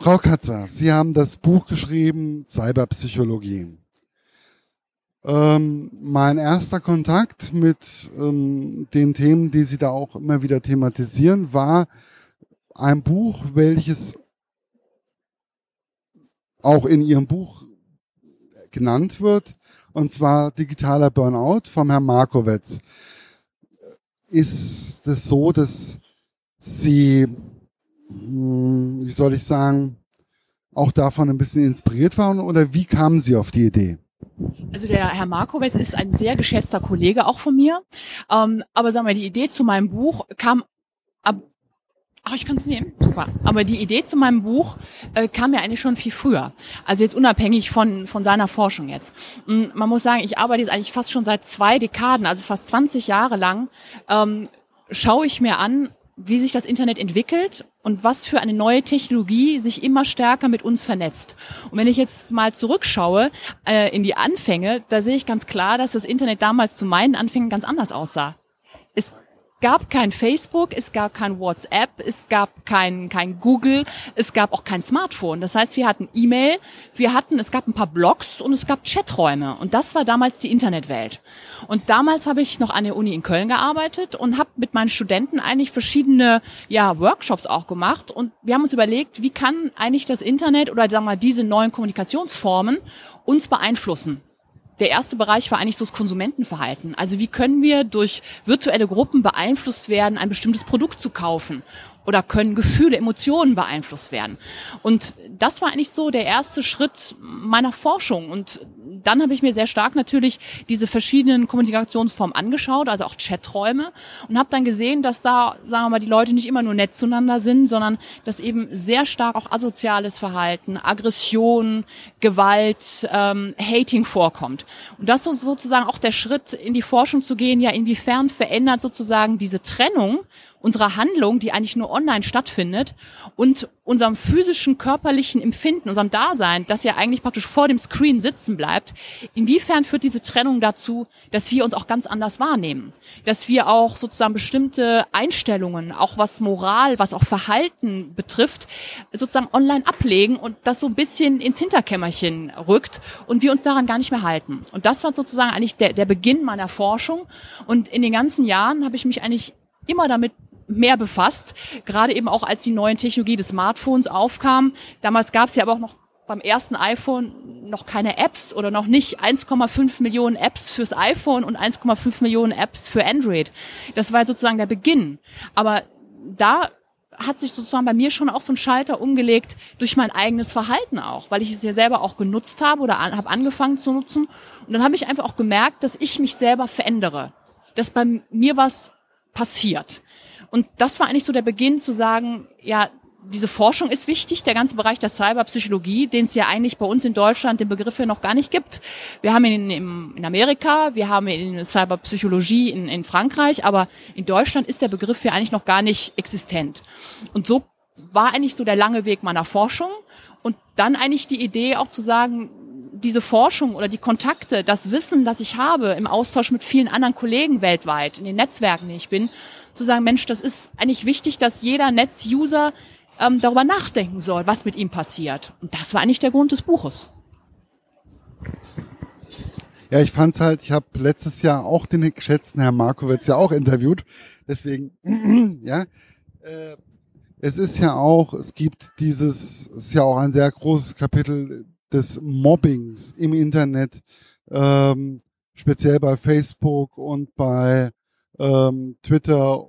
Frau Katzer, Sie haben das Buch geschrieben, Cyberpsychologie. Mein erster Kontakt mit den Themen, die Sie da auch immer wieder thematisieren, war ein Buch, welches auch in Ihrem Buch genannt wird, und zwar Digitaler Burnout vom Herrn Markowitz. Ist es so, dass Sie, wie soll ich sagen, auch davon ein bisschen inspiriert waren, oder wie kamen Sie auf die Idee? Also der Herr Markowitz ist ein sehr geschätzter Kollege auch von mir, aber sagen wir, die Idee zu meinem Buch kam ab. Ach, ich kann es nehmen. Super. Aber die Idee zu meinem Buch kam ja eigentlich schon viel früher. Also jetzt unabhängig von seiner Forschung jetzt. Man muss sagen, ich arbeite jetzt eigentlich fast schon seit 2 Dekaden, also fast 20 Jahre lang, schaue ich mir an, wie sich das Internet entwickelt und was für eine neue Technologie sich immer stärker mit uns vernetzt. Und wenn ich jetzt mal zurückschaue in die Anfänge, da sehe ich ganz klar, dass das Internet damals zu meinen Anfängen ganz anders aussah. Es gab kein Facebook, es gab kein WhatsApp, es gab kein Google, es gab auch kein Smartphone. Das heißt, wir hatten E-Mail, es gab ein paar Blogs und es gab Chaträume. Und das war damals die Internetwelt. Und damals habe ich noch an der Uni in Köln gearbeitet und habe mit meinen Studenten eigentlich verschiedene Workshops auch gemacht. Und wir haben uns überlegt, wie kann eigentlich das Internet oder sagen wir diese neuen Kommunikationsformen uns beeinflussen? Der erste Bereich war eigentlich so das Konsumentenverhalten. Also wie können wir durch virtuelle Gruppen beeinflusst werden, ein bestimmtes Produkt zu kaufen? Oder können Gefühle, Emotionen beeinflusst werden? Und das war eigentlich so der erste Schritt meiner Forschung. Und dann habe ich mir sehr stark natürlich diese verschiedenen Kommunikationsformen angeschaut, also auch Chaträume, und habe dann gesehen, dass da, sagen wir mal, die Leute nicht immer nur nett zueinander sind, sondern dass eben sehr stark auch asoziales Verhalten, Aggression, Gewalt, Hating vorkommt. Und das ist sozusagen auch der Schritt, in die Forschung zu gehen, ja, inwiefern verändert sozusagen diese Trennung unserer Handlung, die eigentlich nur online stattfindet, und unserem physischen, körperlichen Empfinden, unserem Dasein, das ja eigentlich praktisch vor dem Screen sitzen bleibt, inwiefern führt diese Trennung dazu, dass wir uns auch ganz anders wahrnehmen? Dass wir auch sozusagen bestimmte Einstellungen, auch was Moral, was auch Verhalten betrifft, sozusagen online ablegen und das so ein bisschen ins Hinterkämmerchen rückt und wir uns daran gar nicht mehr halten. Und das war sozusagen eigentlich der Beginn meiner Forschung. Und in den ganzen Jahren habe ich mich eigentlich immer damit mehr befasst, gerade eben auch als die neuen Technologie des Smartphones aufkam. Damals gab es ja aber auch noch beim ersten iPhone noch keine Apps oder noch nicht 1,5 Millionen Apps fürs iPhone und 1,5 Millionen Apps für Android. Das war sozusagen der Beginn. Aber da hat sich sozusagen bei mir schon auch so ein Schalter umgelegt durch mein eigenes Verhalten auch, weil ich es ja selber auch genutzt habe oder habe angefangen zu nutzen. Und dann habe ich einfach auch gemerkt, dass ich mich selber verändere, dass bei mir was passiert. Und das war eigentlich so der Beginn zu sagen, ja, diese Forschung ist wichtig, der ganze Bereich der Cyberpsychologie, den es ja eigentlich bei uns in Deutschland den Begriff ja noch gar nicht gibt. Wir haben ihn in Amerika, wir haben ihn in Cyberpsychologie in Frankreich, aber in Deutschland ist der Begriff ja eigentlich noch gar nicht existent. Und so war eigentlich so der lange Weg meiner Forschung und dann eigentlich die Idee auch zu sagen, diese Forschung oder die Kontakte, das Wissen, das ich habe im Austausch mit vielen anderen Kollegen weltweit, in den Netzwerken, in denen ich bin, zu sagen, Mensch, das ist eigentlich wichtig, dass jeder Netzuser darüber nachdenken soll, was mit ihm passiert. Und das war eigentlich der Grund des Buches. Ja, ich fand's halt, ich habe letztes Jahr auch den geschätzten Herrn Markowitz ja auch interviewt. Deswegen, ja, es ist ja auch, es ist ja auch ein sehr großes Kapitel des Mobbings im Internet, speziell bei Facebook und bei Twitter.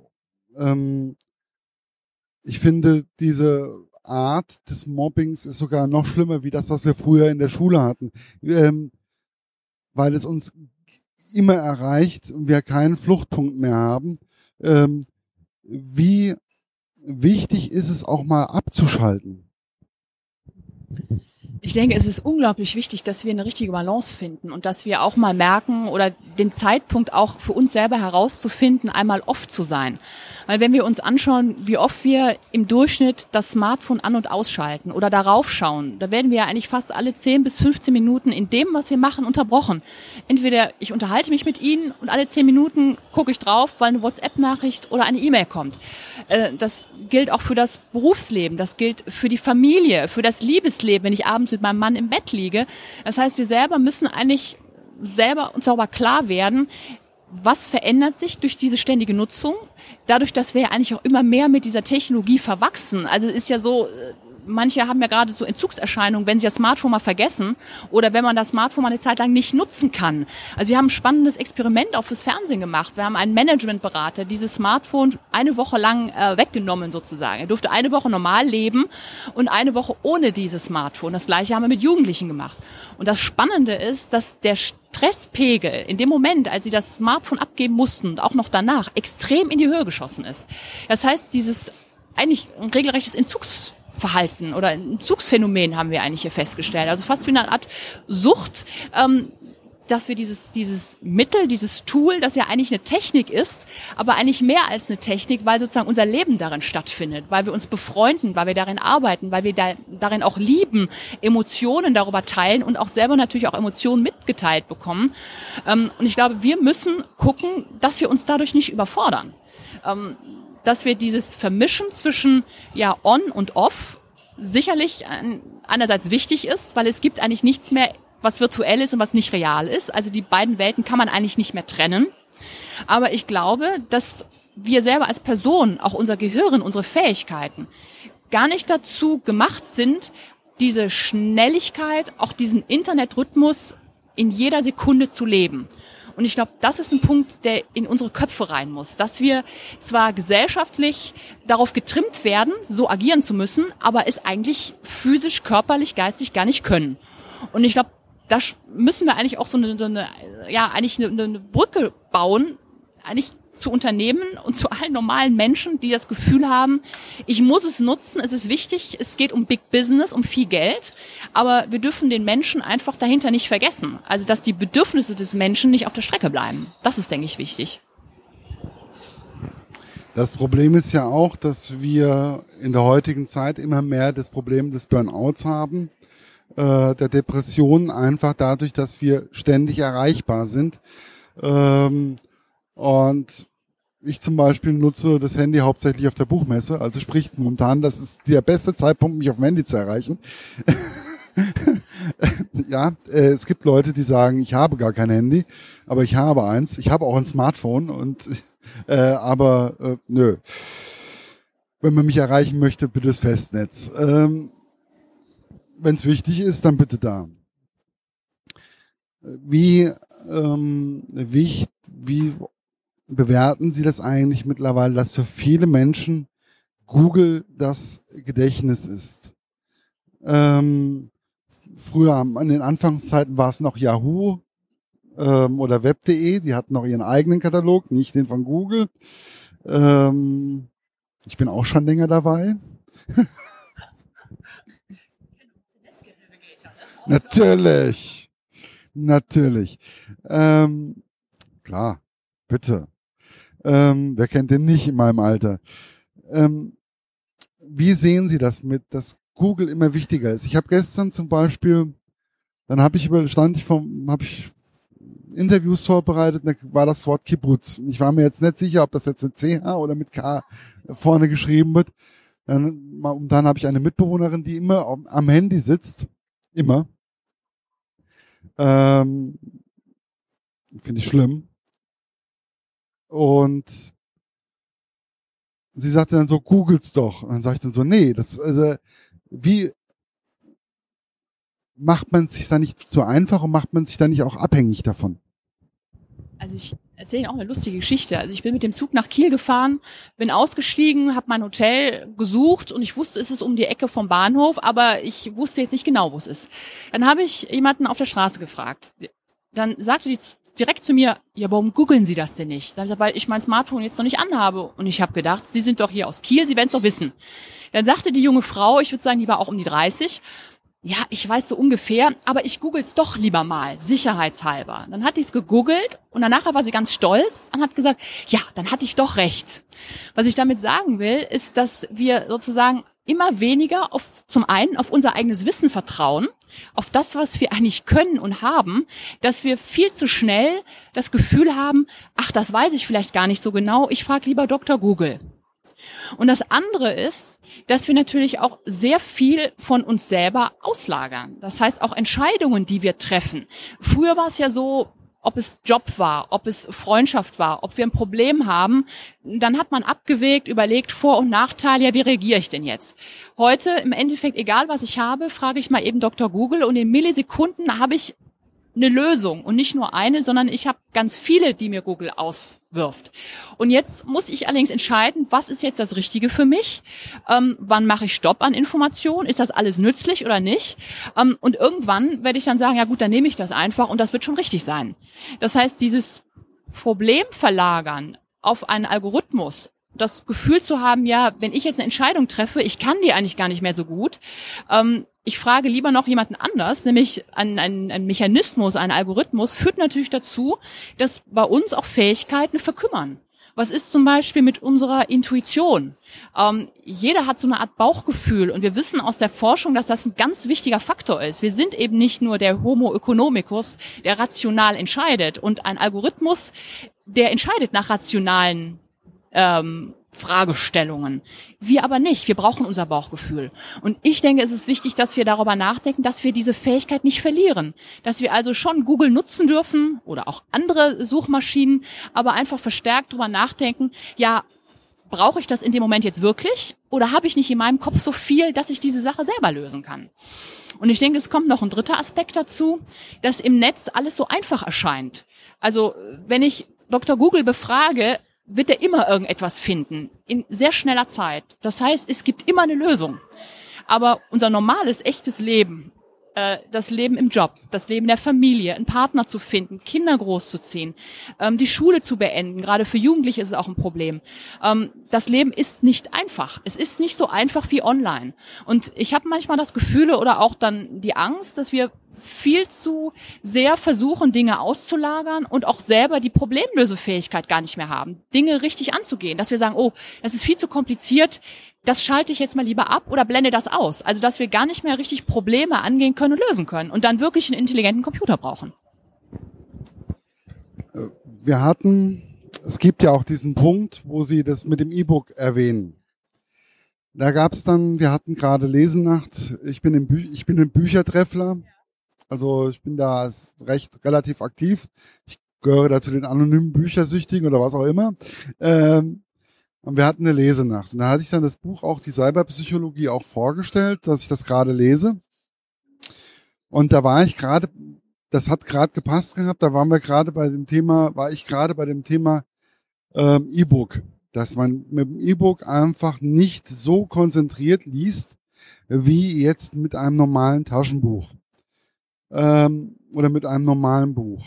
Ich finde, diese Art des Mobbings ist sogar noch schlimmer wie das, was wir früher in der Schule hatten, weil es uns immer erreicht und wir keinen Fluchtpunkt mehr haben. Wie wichtig ist es auch mal abzuschalten? Ich denke, es ist unglaublich wichtig, dass wir eine richtige Balance finden und dass wir auch mal merken oder den Zeitpunkt auch für uns selber herauszufinden, einmal off zu sein. Weil wenn wir uns anschauen, wie oft wir im Durchschnitt das Smartphone an- und ausschalten oder darauf schauen, da werden wir ja eigentlich fast alle 10 bis 15 Minuten in dem, was wir machen, unterbrochen. Entweder ich unterhalte mich mit Ihnen und alle 10 Minuten gucke ich drauf, weil eine WhatsApp-Nachricht oder eine E-Mail kommt. Das gilt auch für das Berufsleben, das gilt für die Familie, für das Liebesleben, wenn ich abends mit meinem Mann im Bett liege. Das heißt, wir selber müssen eigentlich selber uns darüber klar werden, was verändert sich durch diese ständige Nutzung, dadurch, dass wir ja eigentlich auch immer mehr mit dieser Technologie verwachsen. Also es ist ja so, manche haben ja gerade so Entzugserscheinungen, wenn sie das Smartphone mal vergessen oder wenn man das Smartphone mal eine Zeit lang nicht nutzen kann. Also wir haben ein spannendes Experiment auch fürs Fernsehen gemacht. Wir haben einen Managementberater, dieses Smartphone eine Woche lang weggenommen sozusagen. Er durfte eine Woche normal leben und eine Woche ohne dieses Smartphone. Das Gleiche haben wir mit Jugendlichen gemacht. Und das Spannende ist, dass der Stresspegel in dem Moment, als sie das Smartphone abgeben mussten und auch noch danach, extrem in die Höhe geschossen ist. Das heißt, dieses eigentlich ein regelrechtes Entzugsverhalten oder ein Entzugsphänomen haben wir eigentlich hier festgestellt. Also fast wie eine Art Sucht, dass wir dieses Mittel, dieses Tool, das ja eigentlich eine Technik ist, aber eigentlich mehr als eine Technik, weil sozusagen unser Leben darin stattfindet, weil wir uns befreunden, weil wir darin arbeiten, weil wir darin auch lieben, Emotionen darüber teilen und auch selber natürlich auch Emotionen mitgeteilt bekommen. Und ich glaube, wir müssen gucken, dass wir uns dadurch nicht überfordern. Dass wir dieses Vermischen zwischen ja on und off sicherlich einerseits wichtig ist, weil es gibt eigentlich nichts mehr, was virtuell ist und was nicht real ist. Also die beiden Welten kann man eigentlich nicht mehr trennen. Aber ich glaube, dass wir selber als Person, auch unser Gehirn, unsere Fähigkeiten, gar nicht dazu gemacht sind, diese Schnelligkeit, auch diesen Internetrhythmus in jeder Sekunde zu leben. Und ich glaube, das ist ein Punkt, der in unsere Köpfe rein muss, dass wir zwar gesellschaftlich darauf getrimmt werden, so agieren zu müssen, aber es eigentlich physisch, körperlich, geistig gar nicht können. Und ich glaube, da müssen wir eigentlich auch so eine Brücke bauen, eigentlich zu Unternehmen und zu allen normalen Menschen, die das Gefühl haben, ich muss es nutzen, es ist wichtig, es geht um Big Business, um viel Geld, aber wir dürfen den Menschen einfach dahinter nicht vergessen. Also, dass die Bedürfnisse des Menschen nicht auf der Strecke bleiben. Das ist, denke ich, wichtig. Das Problem ist ja auch, dass wir in der heutigen Zeit immer mehr das Problem des Burnouts haben, der Depression, einfach dadurch, dass wir ständig erreichbar sind. Und ich zum Beispiel nutze das Handy hauptsächlich auf der Buchmesse, also sprich momentan, das ist der beste Zeitpunkt, mich auf dem Handy zu erreichen. Ja, es gibt Leute, die sagen, ich habe gar kein Handy, aber ich habe eins. Ich habe auch ein Smartphone und nö. Wenn man mich erreichen möchte, bitte das Festnetz. Wenn es wichtig ist, dann bitte da. Wie bewerten Sie das eigentlich mittlerweile, dass für viele Menschen Google das Gedächtnis ist? Früher in den Anfangszeiten war es noch Yahoo oder Web.de, die hatten noch ihren eigenen Katalog, nicht den von Google. Ich bin auch schon länger dabei. Natürlich. Klar, bitte. Wer kennt den nicht in meinem Alter? Wie sehen Sie das dass Google immer wichtiger ist? Ich habe gestern zum Beispiel, dann habe ich Interviews vorbereitet, da war das Wort Kibbutz. Ich war mir jetzt nicht sicher, ob das jetzt mit CH oder mit K vorne geschrieben wird. Dann habe ich eine Mitbewohnerin, die immer am Handy sitzt. Immer. Finde ich schlimm. Und sie sagte dann so, googelt's doch. Und dann sage ich dann so, nee, wie macht man sich da nicht zu einfach und macht man sich da nicht auch abhängig davon? Also ich erzähle Ihnen auch eine lustige Geschichte. Also ich bin mit dem Zug nach Kiel gefahren, bin ausgestiegen, habe mein Hotel gesucht und ich wusste, es ist um die Ecke vom Bahnhof, aber ich wusste jetzt nicht genau, wo es ist. Dann habe ich jemanden auf der Straße gefragt. Dann sagte die direkt zu mir, ja, warum googeln Sie das denn nicht? Dann habe ich gesagt, weil ich mein Smartphone jetzt noch nicht anhabe. Und ich habe gedacht, Sie sind doch hier aus Kiel, Sie werden es doch wissen. Dann sagte die junge Frau, ich würde sagen, die war auch um die 30, ja, ich weiß so ungefähr, aber ich google's doch lieber mal, sicherheitshalber. Dann hat sie es gegoogelt und danach war sie ganz stolz und hat gesagt, ja, dann hatte ich doch recht. Was ich damit sagen will, ist, dass wir sozusagen immer weniger zum einen auf unser eigenes Wissen vertrauen, auf das, was wir eigentlich können und haben, dass wir viel zu schnell das Gefühl haben, ach, das weiß ich vielleicht gar nicht so genau, ich frage lieber Dr. Google. Und das andere ist, dass wir natürlich auch sehr viel von uns selber auslagern. Das heißt auch Entscheidungen, die wir treffen. Früher war es ja so, ob es Job war, ob es Freundschaft war, ob wir ein Problem haben, dann hat man abgewägt, überlegt, Vor- und Nachteile, ja, wie reagiere ich denn jetzt? Heute im Endeffekt, egal was ich habe, frage ich mal eben Dr. Google und in Millisekunden habe ich eine Lösung und nicht nur eine, sondern ich habe ganz viele, die mir Google auswirft. Und jetzt muss ich allerdings entscheiden, was ist jetzt das Richtige für mich? Wann mache ich Stopp an Informationen? Ist das alles nützlich oder nicht? Und irgendwann werde ich dann sagen, ja gut, dann nehme ich das einfach und das wird schon richtig sein. Das heißt, dieses Problem verlagern auf einen Algorithmus, das Gefühl zu haben, ja, wenn ich jetzt eine Entscheidung treffe, ich kann die eigentlich gar nicht mehr so gut, ich frage lieber noch jemanden anders, nämlich ein Mechanismus, ein Algorithmus, führt natürlich dazu, dass bei uns auch Fähigkeiten verkümmern. Was ist zum Beispiel mit unserer Intuition? Jeder hat so eine Art Bauchgefühl und wir wissen aus der Forschung, dass das ein ganz wichtiger Faktor ist. Wir sind eben nicht nur der Homo economicus, der rational entscheidet und ein Algorithmus, der entscheidet nach rationalen Fragestellungen. Wir aber nicht. Wir brauchen unser Bauchgefühl. Und ich denke, es ist wichtig, dass wir darüber nachdenken, dass wir diese Fähigkeit nicht verlieren. Dass wir also schon Google nutzen dürfen oder auch andere Suchmaschinen, aber einfach verstärkt darüber nachdenken, ja, brauche ich das in dem Moment jetzt wirklich oder habe ich nicht in meinem Kopf so viel, dass ich diese Sache selber lösen kann? Und ich denke, es kommt noch ein dritter Aspekt dazu, dass im Netz alles so einfach erscheint. Also, wenn ich Dr. Google befrage, wird er immer irgendetwas finden, in sehr schneller Zeit. Das heißt, es gibt immer eine Lösung. Aber unser normales, echtes Leben, das Leben im Job, das Leben der Familie, einen Partner zu finden, Kinder großzuziehen, die Schule zu beenden, gerade für Jugendliche ist es auch ein Problem. Das Leben ist nicht einfach. Es ist nicht so einfach wie online. Und ich habe manchmal das Gefühl oder auch dann die Angst, dass wir viel zu sehr versuchen, Dinge auszulagern und auch selber die Problemlösefähigkeit gar nicht mehr haben, Dinge richtig anzugehen. Dass wir sagen, oh, das ist viel zu kompliziert, das schalte ich jetzt mal lieber ab oder blende das aus. Also, dass wir gar nicht mehr richtig Probleme angehen können und lösen können und dann wirklich einen intelligenten Computer brauchen. Es gibt ja auch diesen Punkt, wo Sie das mit dem E-Book erwähnen. Da gab's dann, wir hatten gerade Lesenacht, ich bin im Büchertreffler. Also ich bin da relativ aktiv. Ich gehöre da zu den anonymen Büchersüchtigen oder was auch immer. Und wir hatten eine Lesenacht. Und da hatte ich dann das Buch auch, die Cyberpsychologie, auch vorgestellt, dass ich das gerade lese. Und da war ich gerade, das hat gerade gepasst gehabt, da war ich gerade bei dem Thema E-Book. Dass man mit dem E-Book einfach nicht so konzentriert liest, wie jetzt mit einem normalen Taschenbuch. Oder mit einem normalen Buch.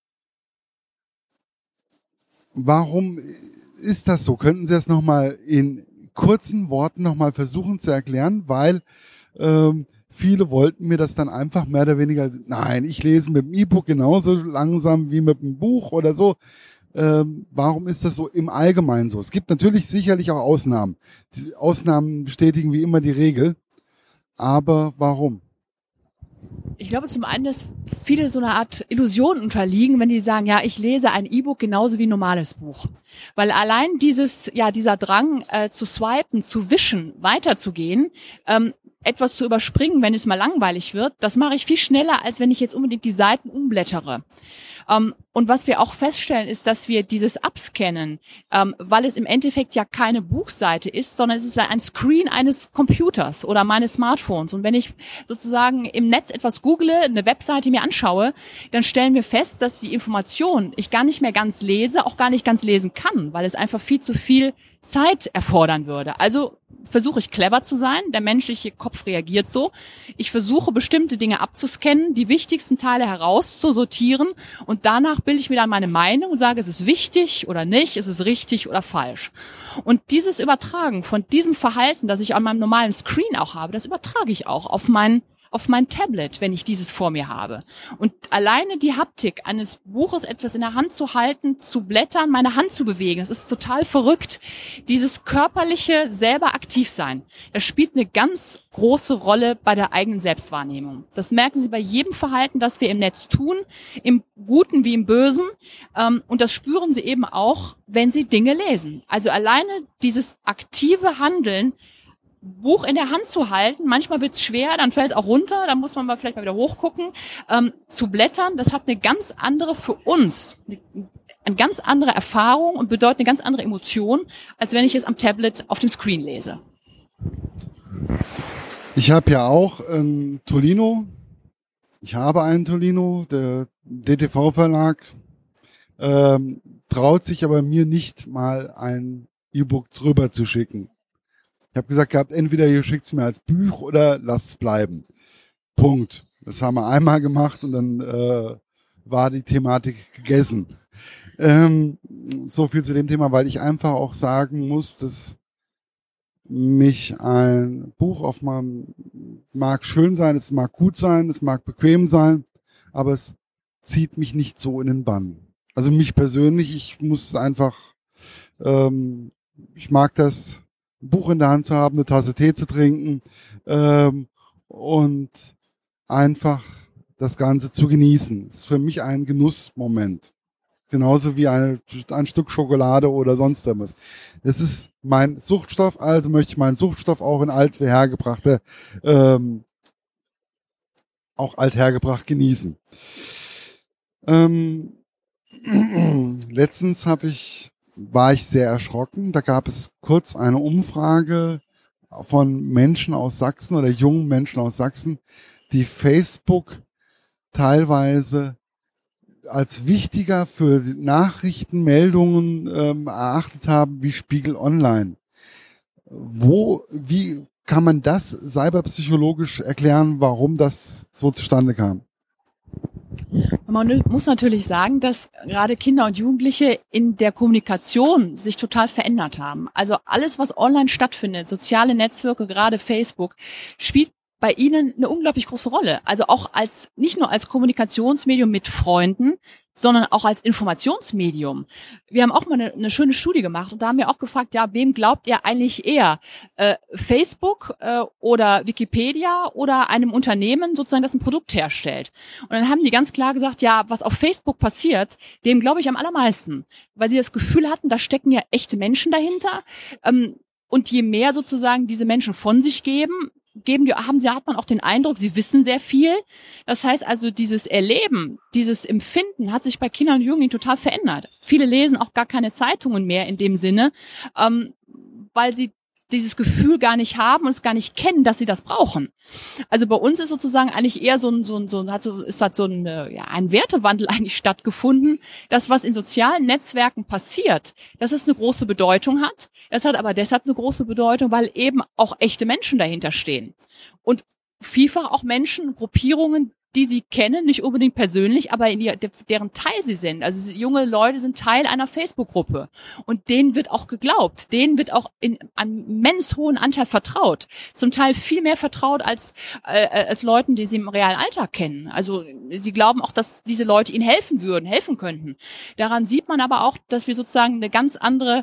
Warum ist das so? Könnten Sie das nochmal in kurzen Worten nochmal versuchen zu erklären? Weil viele wollten mir das dann einfach mehr oder weniger, nein, ich lese mit dem E-Book genauso langsam wie mit dem Buch oder so. Warum ist das so im Allgemeinen so? Es gibt natürlich sicherlich auch Ausnahmen. Die Ausnahmen bestätigen wie immer die Regel. Aber warum? Ich glaube zum einen, dass viele so eine Art Illusion unterliegen, wenn die sagen, ja, ich lese ein E-Book genauso wie ein normales Buch. Weil allein dieser Drang zu swipen, zu wischen, weiterzugehen, etwas zu überspringen, wenn es mal langweilig wird, das mache ich viel schneller, als wenn ich jetzt unbedingt die Seiten umblättere. Und was wir auch feststellen, ist, dass wir dieses Abscannen, weil es im Endeffekt ja keine Buchseite ist, sondern es ist ein Screen eines Computers oder meines Smartphones. Und wenn ich sozusagen im Netz etwas google, eine Webseite mir anschaue, dann stellen wir fest, dass die Information ich gar nicht mehr ganz lese, auch gar nicht ganz lesen kann, weil es einfach viel zu viel Zeit erfordern würde. Also versuche ich clever zu sein. Der menschliche Kopf reagiert so. Ich versuche bestimmte Dinge abzuscannen, die wichtigsten Teile herauszusortieren und danach bilde ich mir dann meine Meinung und sage, es ist wichtig oder nicht, es ist richtig oder falsch. Und dieses Übertragen von diesem Verhalten, das ich an meinem normalen Screen auch habe, das übertrage ich auch auf mein auf mein Tablet, wenn ich dieses vor mir habe. Und alleine die Haptik eines Buches, etwas in der Hand zu halten, zu blättern, meine Hand zu bewegen, das ist total verrückt. Dieses körperliche selber aktiv sein, das spielt eine ganz große Rolle bei der eigenen Selbstwahrnehmung. Das merken Sie bei jedem Verhalten, das wir im Netz tun, im Guten wie im Bösen. Und das spüren Sie eben auch, wenn Sie Dinge lesen. Also alleine dieses aktive Handeln, Buch in der Hand zu halten, manchmal wird's schwer, dann fällt es auch runter, dann muss man mal vielleicht mal wieder hochgucken, zu blättern, das hat eine ganz andere für uns, eine ganz andere Erfahrung und bedeutet eine ganz andere Emotion, als wenn ich es am Tablet auf dem Screen lese. Ich habe ja auch einen Tolino. Ich habe einen Tolino, der DTV-Verlag traut sich aber mir nicht mal ein E-Book rüber zu schicken. Ich habe gesagt gehabt, entweder ihr schickt es mir als Buch oder lasst es bleiben. Punkt. Das haben wir einmal gemacht und dann war die Thematik gegessen. So viel zu dem Thema, weil ich einfach auch sagen muss, dass mich ein Buch auf meinem mag schön sein, es mag gut sein, es mag bequem sein, aber es zieht mich nicht so in den Bann. Also mich persönlich, ich muss einfach, ich mag das, ein Buch in der Hand zu haben, eine Tasse Tee zu trinken und einfach das Ganze zu genießen. Das ist für mich ein Genussmoment. Genauso wie ein Stück Schokolade oder sonst irgendwas. Das ist mein Suchtstoff, also möchte ich meinen Suchtstoff auch in althergebracht genießen. Letztens war ich sehr erschrocken. Da gab es kurz eine Umfrage von Menschen aus Sachsen oder jungen Menschen aus Sachsen, die Facebook teilweise als wichtiger für Nachrichtenmeldungen erachtet haben wie Spiegel Online. Wie kann man das cyberpsychologisch erklären, warum das so zustande kam? Man muss natürlich sagen, dass gerade Kinder und Jugendliche in der Kommunikation sich total verändert haben. Also alles, was online stattfindet, soziale Netzwerke, gerade Facebook, spielt bei ihnen eine unglaublich große Rolle. Also auch nicht nur als Kommunikationsmedium mit Freunden, sondern auch als Informationsmedium. Wir haben auch mal eine schöne Studie gemacht und da haben wir auch gefragt, ja, wem glaubt ihr eigentlich eher? Facebook oder Wikipedia oder einem Unternehmen sozusagen, das ein Produkt herstellt? Und dann haben die ganz klar gesagt, ja, was auf Facebook passiert, dem glaube ich am allermeisten. Weil sie das Gefühl hatten, da stecken ja echte Menschen dahinter. Und je mehr sozusagen diese Menschen von sich hat man auch den Eindruck, sie wissen sehr viel. Das heißt also, dieses Erleben, dieses Empfinden hat sich bei Kindern und Jugendlichen total verändert. Viele lesen auch gar keine Zeitungen mehr in dem Sinne, weil sie dieses Gefühl gar nicht haben und es gar nicht kennen, dass sie das brauchen. Also bei uns ist sozusagen eigentlich eher ein Wertewandel eigentlich stattgefunden. Das, was in sozialen Netzwerken passiert, dass es eine große Bedeutung hat. Das hat aber deshalb eine große Bedeutung, weil eben auch echte Menschen dahinter stehen. Und vielfach auch Menschen, Gruppierungen, die sie kennen, nicht unbedingt persönlich, aber deren Teil sie sind. Also junge Leute sind Teil einer Facebook-Gruppe und denen wird auch geglaubt, denen wird auch in einem immens hohen Anteil vertraut. Zum Teil viel mehr vertraut als Leuten, die sie im realen Alltag kennen. Also sie glauben auch, dass diese Leute ihnen helfen könnten. Daran sieht man aber auch, dass wir sozusagen eine ganz andere,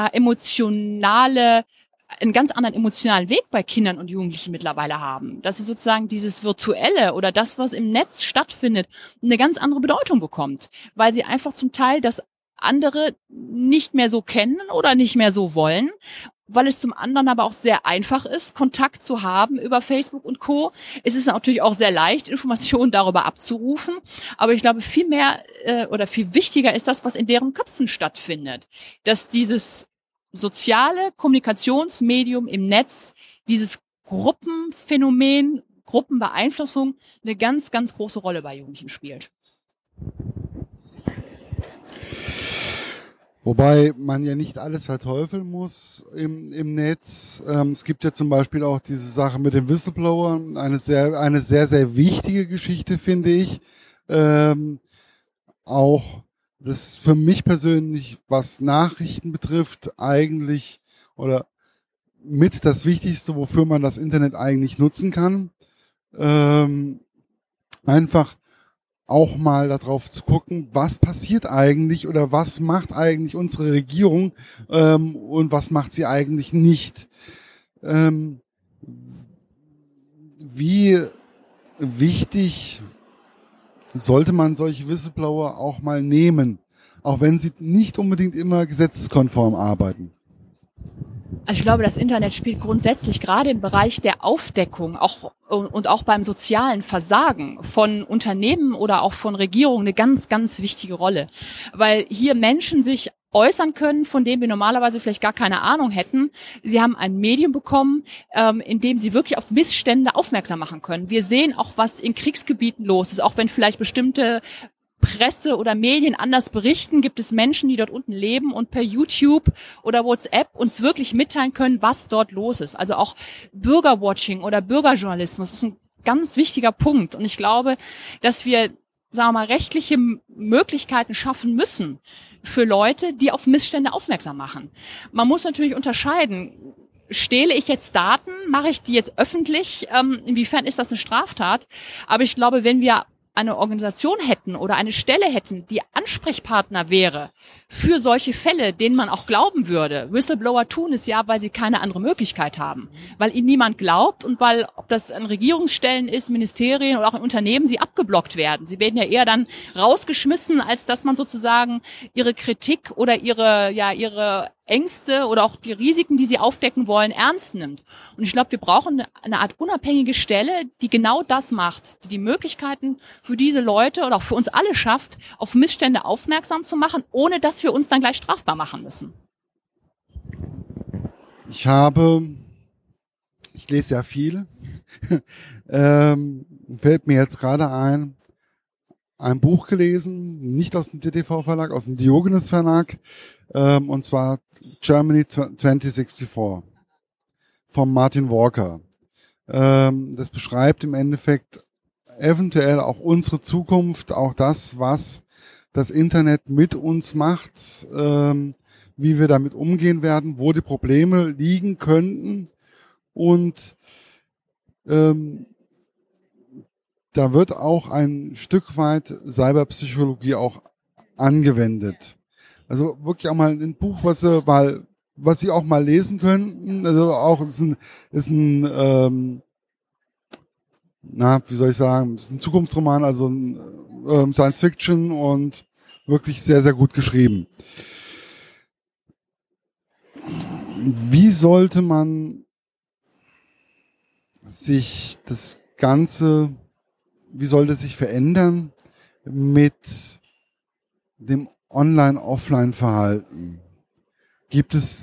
einen ganz anderen emotionalen Weg bei Kindern und Jugendlichen mittlerweile haben. Dass sie sozusagen dieses Virtuelle oder das, was im Netz stattfindet, eine ganz andere Bedeutung bekommt. Weil sie einfach zum Teil das andere nicht mehr so kennen oder nicht mehr so wollen. Weil es zum anderen aber auch sehr einfach ist, Kontakt zu haben über Facebook und Co. Es ist natürlich auch sehr leicht, Informationen darüber abzurufen. Aber ich glaube, viel mehr oder viel wichtiger ist das, was in deren Köpfen stattfindet. Dass dieses soziale Kommunikationsmedium im Netz, dieses Gruppenphänomen, Gruppenbeeinflussung eine ganz, ganz große Rolle bei Jugendlichen spielt. Wobei man ja nicht alles verteufeln muss im Netz. Es gibt ja zum Beispiel auch diese Sache mit dem Whistleblower, eine sehr, sehr wichtige Geschichte, finde ich. Auch das für mich persönlich, was Nachrichten betrifft, eigentlich oder mit das Wichtigste, wofür man das Internet eigentlich nutzen kann. einfach auch mal darauf zu gucken, was passiert eigentlich oder was macht eigentlich unsere Regierung und was macht sie eigentlich nicht. Wie wichtig sollte man solche Whistleblower auch mal nehmen, auch wenn sie nicht unbedingt immer gesetzeskonform arbeiten? Also ich glaube, das Internet spielt grundsätzlich gerade im Bereich der Aufdeckung und auch beim sozialen Versagen von Unternehmen oder auch von Regierungen eine ganz, ganz wichtige Rolle. Weil hier Menschen sich äußern können, von dem wir normalerweise vielleicht gar keine Ahnung hätten. Sie haben ein Medium bekommen, in dem sie wirklich auf Missstände aufmerksam machen können. Wir sehen auch, was in Kriegsgebieten los ist, auch wenn vielleicht bestimmte Presse oder Medien anders berichten, gibt es Menschen, die dort unten leben und per YouTube oder WhatsApp uns wirklich mitteilen können, was dort los ist. Also auch Bürgerwatching oder Bürgerjournalismus ist ein ganz wichtiger Punkt. Und ich glaube, dass wir, sagen wir mal, rechtliche Möglichkeiten schaffen müssen für Leute, die auf Missstände aufmerksam machen. Man muss natürlich unterscheiden. Stehle ich jetzt Daten? Mache ich die jetzt öffentlich? Inwiefern ist das eine Straftat? Aber ich glaube, wenn wir eine Organisation hätten oder eine Stelle hätten, die Ansprechpartner wäre für solche Fälle, denen man auch glauben würde. Whistleblower tun es ja, weil sie keine andere Möglichkeit haben. Weil ihnen niemand glaubt und weil, ob das an Regierungsstellen ist, Ministerien oder auch in Unternehmen, sie abgeblockt werden. Sie werden ja eher dann rausgeschmissen, als dass man sozusagen ihre Kritik oder ihre Ängste oder auch die Risiken, die sie aufdecken wollen, ernst nimmt. Und ich glaube, wir brauchen eine Art unabhängige Stelle, die genau das macht, die die Möglichkeiten für diese Leute oder auch für uns alle schafft, auf Missstände aufmerksam zu machen, ohne dass wir uns dann gleich strafbar machen müssen. Ich lese ja viel, fällt mir jetzt gerade ein Buch gelesen, nicht aus dem DTV-Verlag, aus dem Diogenes-Verlag, und zwar Germany 2064 von Martin Walker. Das beschreibt im Endeffekt eventuell auch unsere Zukunft, auch das, was das Internet mit uns macht, wie wir damit umgehen werden, wo die Probleme liegen könnten. Und da wird auch ein Stück weit Cyberpsychologie auch angewendet. Also wirklich auch mal ein Buch, was Sie auch mal lesen könnten. Also auch ist ein wie soll ich sagen, ist ein Zukunftsroman, also ein Science Fiction und wirklich sehr, sehr gut geschrieben. Wie sollte man sich das Ganze, wie sollte es sich verändern mit dem Online-Offline-Verhalten? Gibt es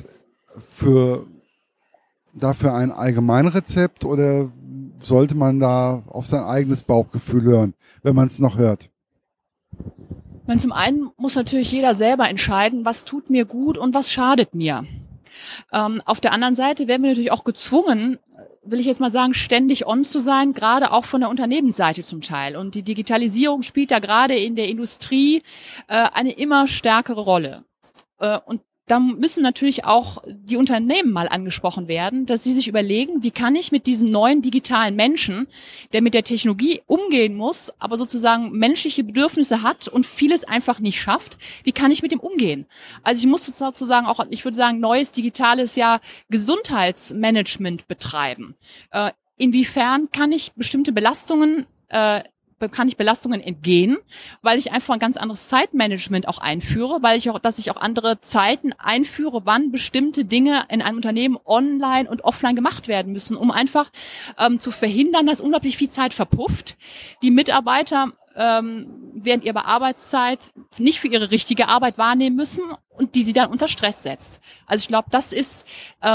dafür ein Allgemeinrezept oder sollte man da auf sein eigenes Bauchgefühl hören, wenn man es noch hört? Zum einen muss natürlich jeder selber entscheiden, was tut mir gut und was schadet mir. Auf der anderen Seite werden wir natürlich auch gezwungen, will ich jetzt mal sagen, ständig on zu sein, gerade auch von der Unternehmensseite zum Teil. Und die Digitalisierung spielt da gerade in der Industrie eine immer stärkere Rolle. Und da müssen natürlich auch die Unternehmen mal angesprochen werden, dass sie sich überlegen, wie kann ich mit diesem neuen digitalen Menschen, der mit der Technologie umgehen muss, aber sozusagen menschliche Bedürfnisse hat und vieles einfach nicht schafft, wie kann ich mit dem umgehen? Also ich muss sozusagen auch, ich würde sagen, neues digitales Gesundheitsmanagement betreiben. Inwiefern kann ich bestimmte Belastungen entgehen, weil ich einfach ein ganz anderes Zeitmanagement auch einführe, dass ich auch andere Zeiten einführe, wann bestimmte Dinge in einem Unternehmen online und offline gemacht werden müssen, um einfach zu verhindern, dass unglaublich viel Zeit verpufft. Die Mitarbeiter während ihrer Arbeitszeit nicht für ihre richtige Arbeit wahrnehmen müssen und die sie dann unter Stress setzt. Also ich glaube, das ist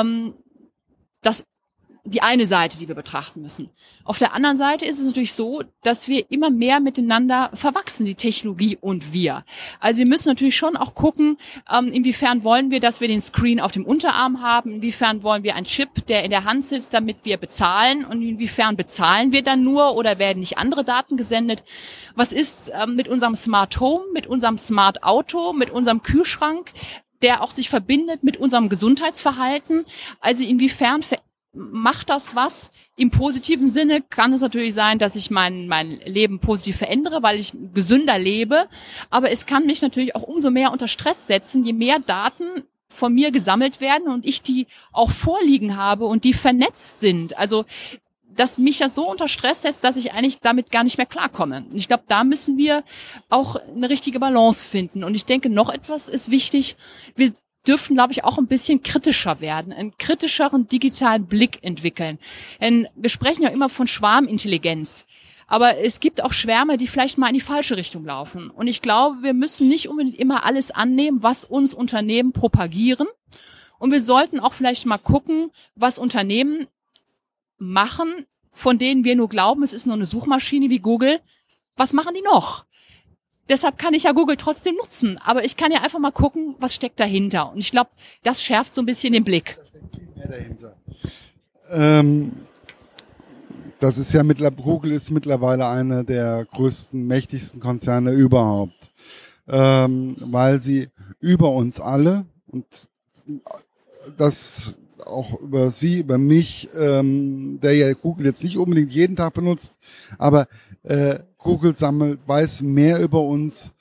die eine Seite, die wir betrachten müssen. Auf der anderen Seite ist es natürlich so, dass wir immer mehr miteinander verwachsen, die Technologie und wir. Also wir müssen natürlich schon auch gucken, inwiefern wollen wir, dass wir den Screen auf dem Unterarm haben, inwiefern wollen wir einen Chip, der in der Hand sitzt, damit wir bezahlen und inwiefern bezahlen wir dann nur oder werden nicht andere Daten gesendet. Was ist mit unserem Smart Home, mit unserem Smart Auto, mit unserem Kühlschrank, der auch sich verbindet mit unserem Gesundheitsverhalten? Also inwiefern macht das was? Im positiven Sinne kann es natürlich sein, dass ich mein Leben positiv verändere, weil ich gesünder lebe. Aber es kann mich natürlich auch umso mehr unter Stress setzen, je mehr Daten von mir gesammelt werden und ich die auch vorliegen habe und die vernetzt sind. Also, dass mich das so unter Stress setzt, dass ich eigentlich damit gar nicht mehr klarkomme. Ich glaube, da müssen wir auch eine richtige Balance finden. Und ich denke, noch etwas ist wichtig. Wir dürfen, glaube ich, auch ein bisschen kritischer werden, einen kritischeren digitalen Blick entwickeln. Denn wir sprechen ja immer von Schwarmintelligenz. Aber es gibt auch Schwärme, die vielleicht mal in die falsche Richtung laufen. Und ich glaube, wir müssen nicht unbedingt immer alles annehmen, was uns Unternehmen propagieren. Und wir sollten auch vielleicht mal gucken, was Unternehmen machen, von denen wir nur glauben, es ist nur eine Suchmaschine wie Google. Was machen die noch? Deshalb kann ich ja Google trotzdem nutzen. Aber ich kann ja einfach mal gucken, was steckt dahinter. Und ich glaube, das schärft so ein bisschen den Blick. Da steckt viel mehr dahinter. Das ist ja Google ist mittlerweile einer der größten, mächtigsten Konzerne überhaupt. Weil sie über uns alle und das auch über Sie, über mich, der ja Google jetzt nicht unbedingt jeden Tag benutzt, aber Google weiß mehr über uns,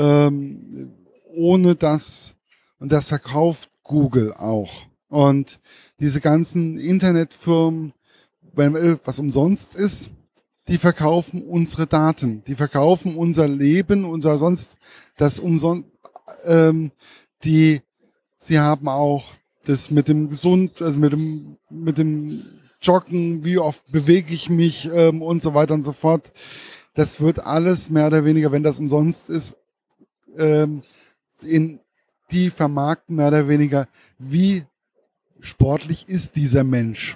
ohne das, und das verkauft Google auch. Und diese ganzen Internetfirmen, wenn was umsonst ist, die verkaufen unsere Daten, die verkaufen unser Leben, unser sonst das umsonst. Sie haben auch das mit dem also mit dem Joggen, wie oft bewege ich mich und so weiter und so fort. Das wird alles mehr oder weniger, wenn das umsonst ist, die vermarkten mehr oder weniger, wie sportlich ist dieser Mensch.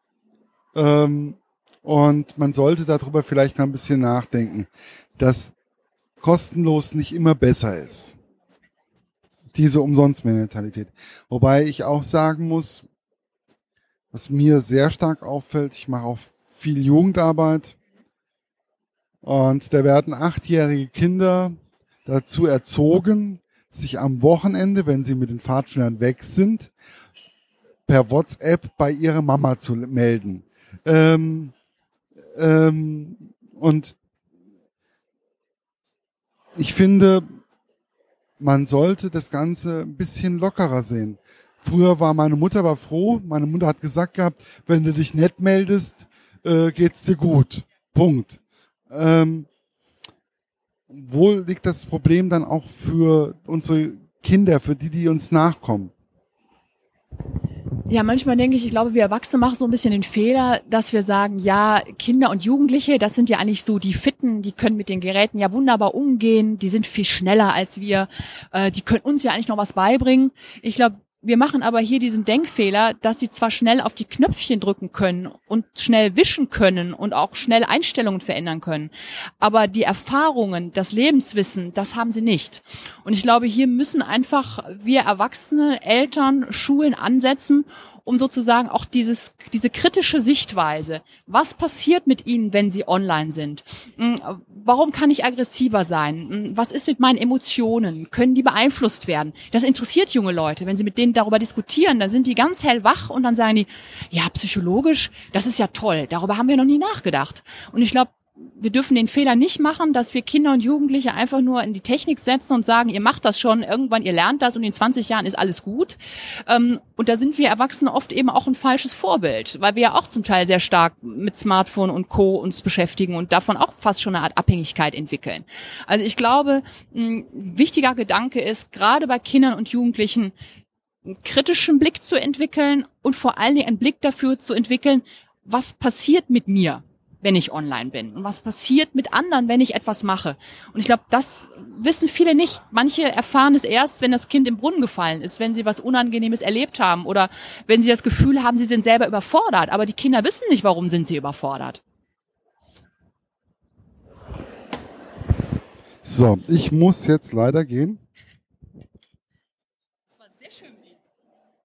Und man sollte darüber vielleicht noch ein bisschen nachdenken, dass kostenlos nicht immer besser ist. Diese Umsonstmentalität. Wobei ich auch sagen muss, was mir sehr stark auffällt, ich mache auch viel Jugendarbeit und da werden 8-jährige Kinder dazu erzogen, sich am Wochenende, wenn sie mit den Pfadfindern weg sind, per WhatsApp bei ihrer Mama zu melden. Und ich finde, man sollte das Ganze ein bisschen lockerer sehen. Früher war meine Mutter froh. Meine Mutter hat gesagt gehabt, wenn du dich nett meldest, geht's dir gut. Punkt. Wo liegt das Problem dann auch für unsere Kinder, für die uns nachkommen? Ja, manchmal denke ich glaube, wir Erwachsene machen so ein bisschen den Fehler, dass wir sagen, ja, Kinder und Jugendliche, das sind ja eigentlich so die Fitten, die können mit den Geräten ja wunderbar umgehen, die sind viel schneller als wir, die können uns ja eigentlich noch was beibringen. Ich glaube, wir machen aber hier diesen Denkfehler, dass sie zwar schnell auf die Knöpfchen drücken können und schnell wischen können und auch schnell Einstellungen verändern können, aber die Erfahrungen, das Lebenswissen, das haben sie nicht. Und ich glaube, hier müssen einfach wir Erwachsene, Eltern, Schulen ansetzen, um sozusagen auch diese kritische Sichtweise. Was passiert mit ihnen, wenn sie online sind? Warum kann ich aggressiver sein? Was ist mit meinen Emotionen? Können die beeinflusst werden? Das interessiert junge Leute. Wenn sie mit denen darüber diskutieren, dann sind die ganz hellwach und dann sagen die, ja, psychologisch, das ist ja toll. Darüber haben wir noch nie nachgedacht. Und ich glaube, wir dürfen den Fehler nicht machen, dass wir Kinder und Jugendliche einfach nur in die Technik setzen und sagen, ihr macht das schon, irgendwann, ihr lernt das und in 20 Jahren ist alles gut. Und da sind wir Erwachsene oft eben auch ein falsches Vorbild, weil wir ja auch zum Teil sehr stark mit Smartphone und Co. uns beschäftigen und davon auch fast schon eine Art Abhängigkeit entwickeln. Also ich glaube, ein wichtiger Gedanke ist, gerade bei Kindern und Jugendlichen, einen kritischen Blick zu entwickeln und vor allen Dingen einen Blick dafür zu entwickeln, was passiert mit mir, wenn ich online bin und was passiert mit anderen, wenn ich etwas mache. Und ich glaube, das wissen viele nicht. Manche erfahren es erst, wenn das Kind im Brunnen gefallen ist, wenn sie was Unangenehmes erlebt haben oder wenn sie das Gefühl haben, sie sind selber überfordert. Aber die Kinder wissen nicht, warum sind sie überfordert. So, ich muss jetzt leider gehen. Das war sehr schön.